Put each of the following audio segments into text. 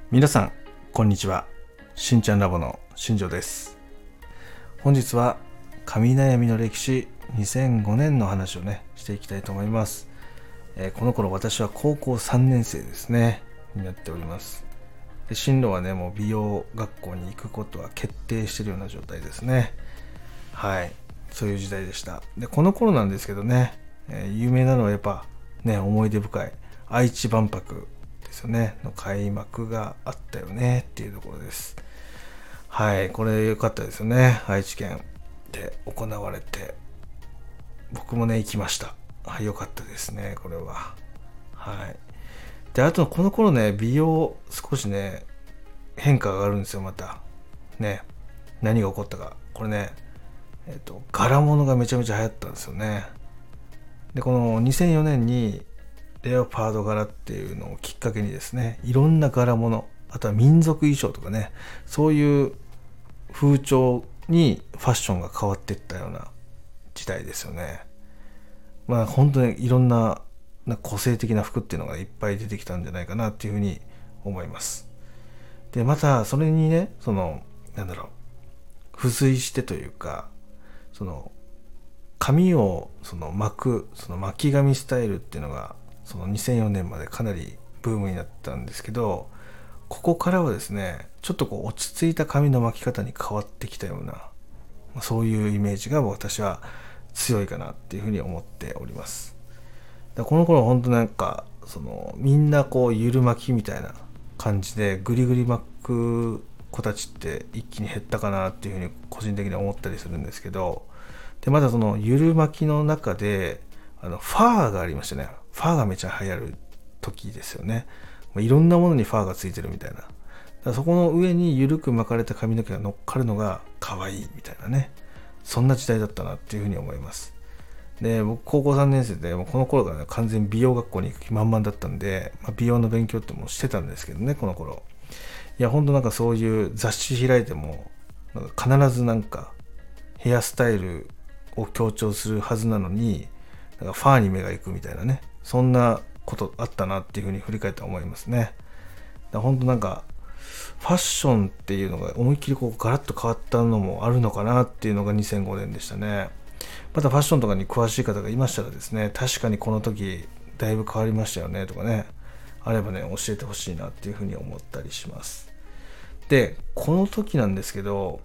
皆さんこんにちは。しんちゃんラボの新庄です。本日は髪悩みの歴史2005年の話をねしていきたいと思います。この頃私は高校3年生ですねになっております。で進路はねもう美容学校に行くことは決定しているような状態ですね。はい、そういう時代でした。でこの頃なんですけどね、有名なのはやっぱね思い出深い愛知万博ですよねの開幕があったよねっていうところです。はい、これ良かったですよね。愛知県で行われて僕もね行きました。はい、良かったですねこれは。はい。であとこの頃ね美容少しね変化があるんですよ。またね何が起こったかこれね柄物がめちゃめちゃ流行ったんですよね。でこの2004年にレオパード柄っていうのをきっかけにですね、いろんな柄物、あとは民族衣装とかね、そういう風潮にファッションが変わっていったような時代ですよね。まあ本当にいろんな個性的な服っていうのがいっぱい出てきたんじゃないかなっていうふうに思います。でまたそれにね付随してというかその髪を巻く巻き髪スタイルっていうのがその2004年までかなりブームになったんですけど、ここからはですねちょっとこう落ち着いた髪の巻き方に変わってきたような、そういうイメージが私は強いかなっていうふうに思っております。この頃本当みんなこうゆる巻きみたいな感じでグリグリ巻く子たちって一気に減ったかなっていうふうに個人的に思ったりするんですけど、でまだそのゆる巻きの中でファーがありましたね。ファーがめちゃ流行る時ですよね。いろんなものにファーがついてるみたいな。だからそこの上にゆるく巻かれた髪の毛が乗っかるのが可愛いみたいなね。そんな時代だったなっていうふうに思います。で僕高校3年生でもうこの頃から、ね、完全に美容学校に行く気満々だったんで、美容の勉強ってもしてたんですけどねこの頃。いやほんとそういう雑誌開いても必ずヘアスタイルを強調するはずなのにファーに目が行くみたいなね、そんなことあったなっていうふうに振り返って思いますね。本当ファッションっていうのが思いっきりこうガラッと変わったのもあるのかなっていうのが2005年でしたね。またファッションとかに詳しい方がいましたらですね、確かにこの時だいぶ変わりましたよねとかね、あればね教えてほしいなっていうふうに思ったりします。でこの時なんですけど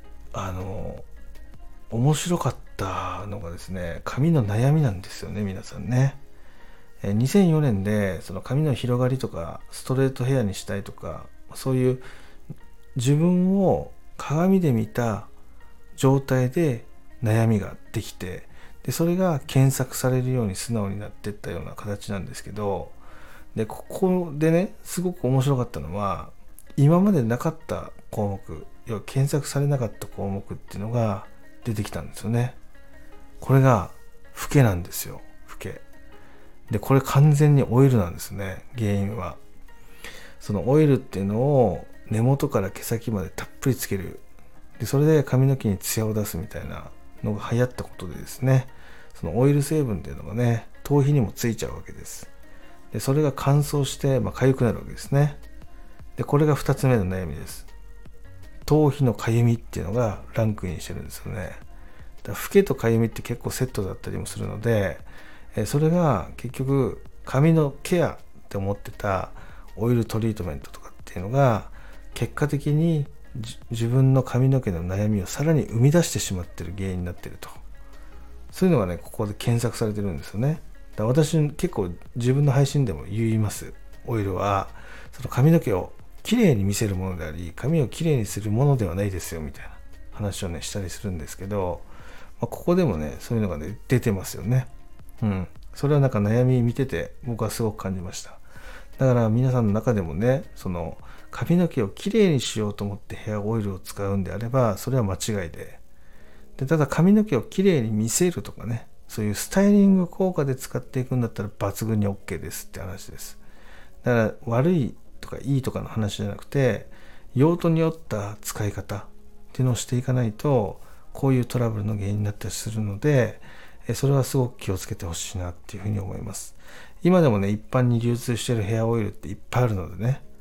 面白かったのがですね髪の悩みなんですよね皆さんね。2004年でその髪の広がりとかストレートヘアにしたいとかそういう自分を鏡で見た状態で悩みができて、でそれが検索されるように素直になっていったような形なんですけど、でここでねすごく面白かったのは今までなかった項目、要は検索されなかった項目っていうのが出てきたんですよね。これがフケなんですよ。フケでこれ完全にオイルなんですね。原因はそのオイルっていうのを根元から毛先までたっぷりつける。でそれで髪の毛にツヤを出すみたいなのが流行ったことでですね、そのオイル成分っていうのがね頭皮にもついちゃうわけです。でそれが乾燥して痒くなるわけですね。でこれが2つ目の悩みです。頭皮のかゆみっていうのがランクインしてるんですよね。だからフケとかゆみって結構セットだったりもするので、それが結局髪のケアって思ってたオイルトリートメントとかっていうのが結果的に自分の髪の毛の悩みをさらに生み出してしまっている原因になっていると、そういうのがねここで検索されてるんですよね。だから私結構自分の配信でも言います。オイルはその髪の毛をきれいに見せるものであり髪をきれいにするものではないですよみたいな話をねしたりするんですけど、ここでもねそういうのがね出てますよね。それは悩み見てて僕はすごく感じました。だから皆さんの中でもねその髪の毛をきれいにしようと思ってヘアオイルを使うんであればそれは間違いで、ただ髪の毛をきれいに見せるとかねそういうスタイリング効果で使っていくんだったら抜群に OK ですって話です。だから悪いとかいいとかの話じゃなくて用途によった使い方っていうのをしていかないとこういうトラブルの原因になったりするので、それはすごく気をつけてほしいなっていうふうに思います。今でもね一般に流通しているヘアオイルっていっぱいあるのでね、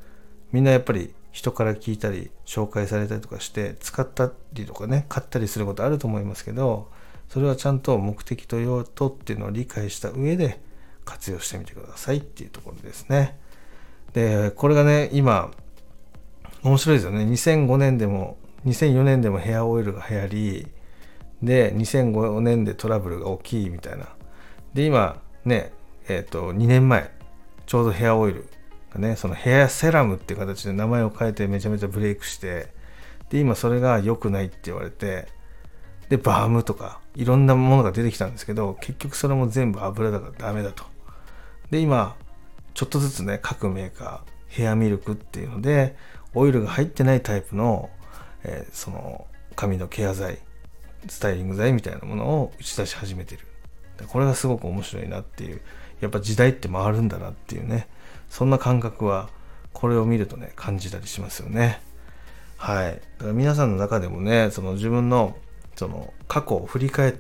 みんなやっぱり人から聞いたり紹介されたりとかして使ったりとかね、買ったりすることあると思いますけど、それはちゃんと目的と用途っていうのを理解した上で活用してみてくださいっていうところですね。で、これがね、今面白いですよね。2005年でも2004年でもヘアオイルが流行り、で2005年でトラブルが大きいみたいな。で今ね、2年前ちょうどヘアオイルがね、そのヘアセラムっていう形で名前を変えてめちゃめちゃブレイクして、で今それが良くないって言われて、でバームとかいろんなものが出てきたんですけど、結局それも全部油だからダメだと。で今ちょっとずつね、各メーカーヘアミルクっていうのでオイルが入ってないタイプの、その髪のケア剤、スタイリング剤みたいなものを打ち出し始めてる。これがすごく面白いなっていう、やっぱ時代って回るんだなっていうね、そんな感覚はこれを見るとね感じたりしますよね。はい。だから皆さんの中でもね、その自分のその過去を振り返って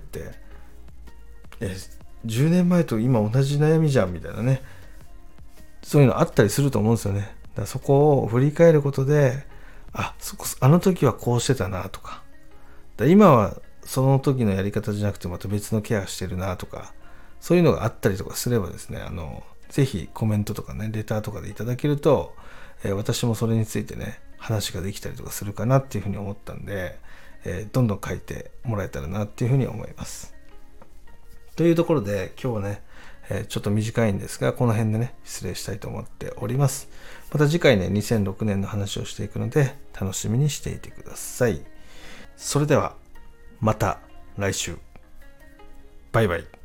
、10年前と今同じ悩みじゃんみたいなね、そういうのあったりすると思うんですよね。だからそこを振り返ることで、あの時はこうしてたなとか、今はその時のやり方じゃなくてまた別のケアしてるなとか、そういうのがあったりとかすればですね、ぜひコメントとかね、レターとかでいただけると、私もそれについてね、話ができたりとかするかなっていうふうに思ったんで、どんどん書いてもらえたらなっていうふうに思います。というところで今日はね、ちょっと短いんですが、この辺でね、失礼したいと思っております。また次回ね、2006年の話をしていくので、楽しみにしていてください。それでは、また来週。バイバイ。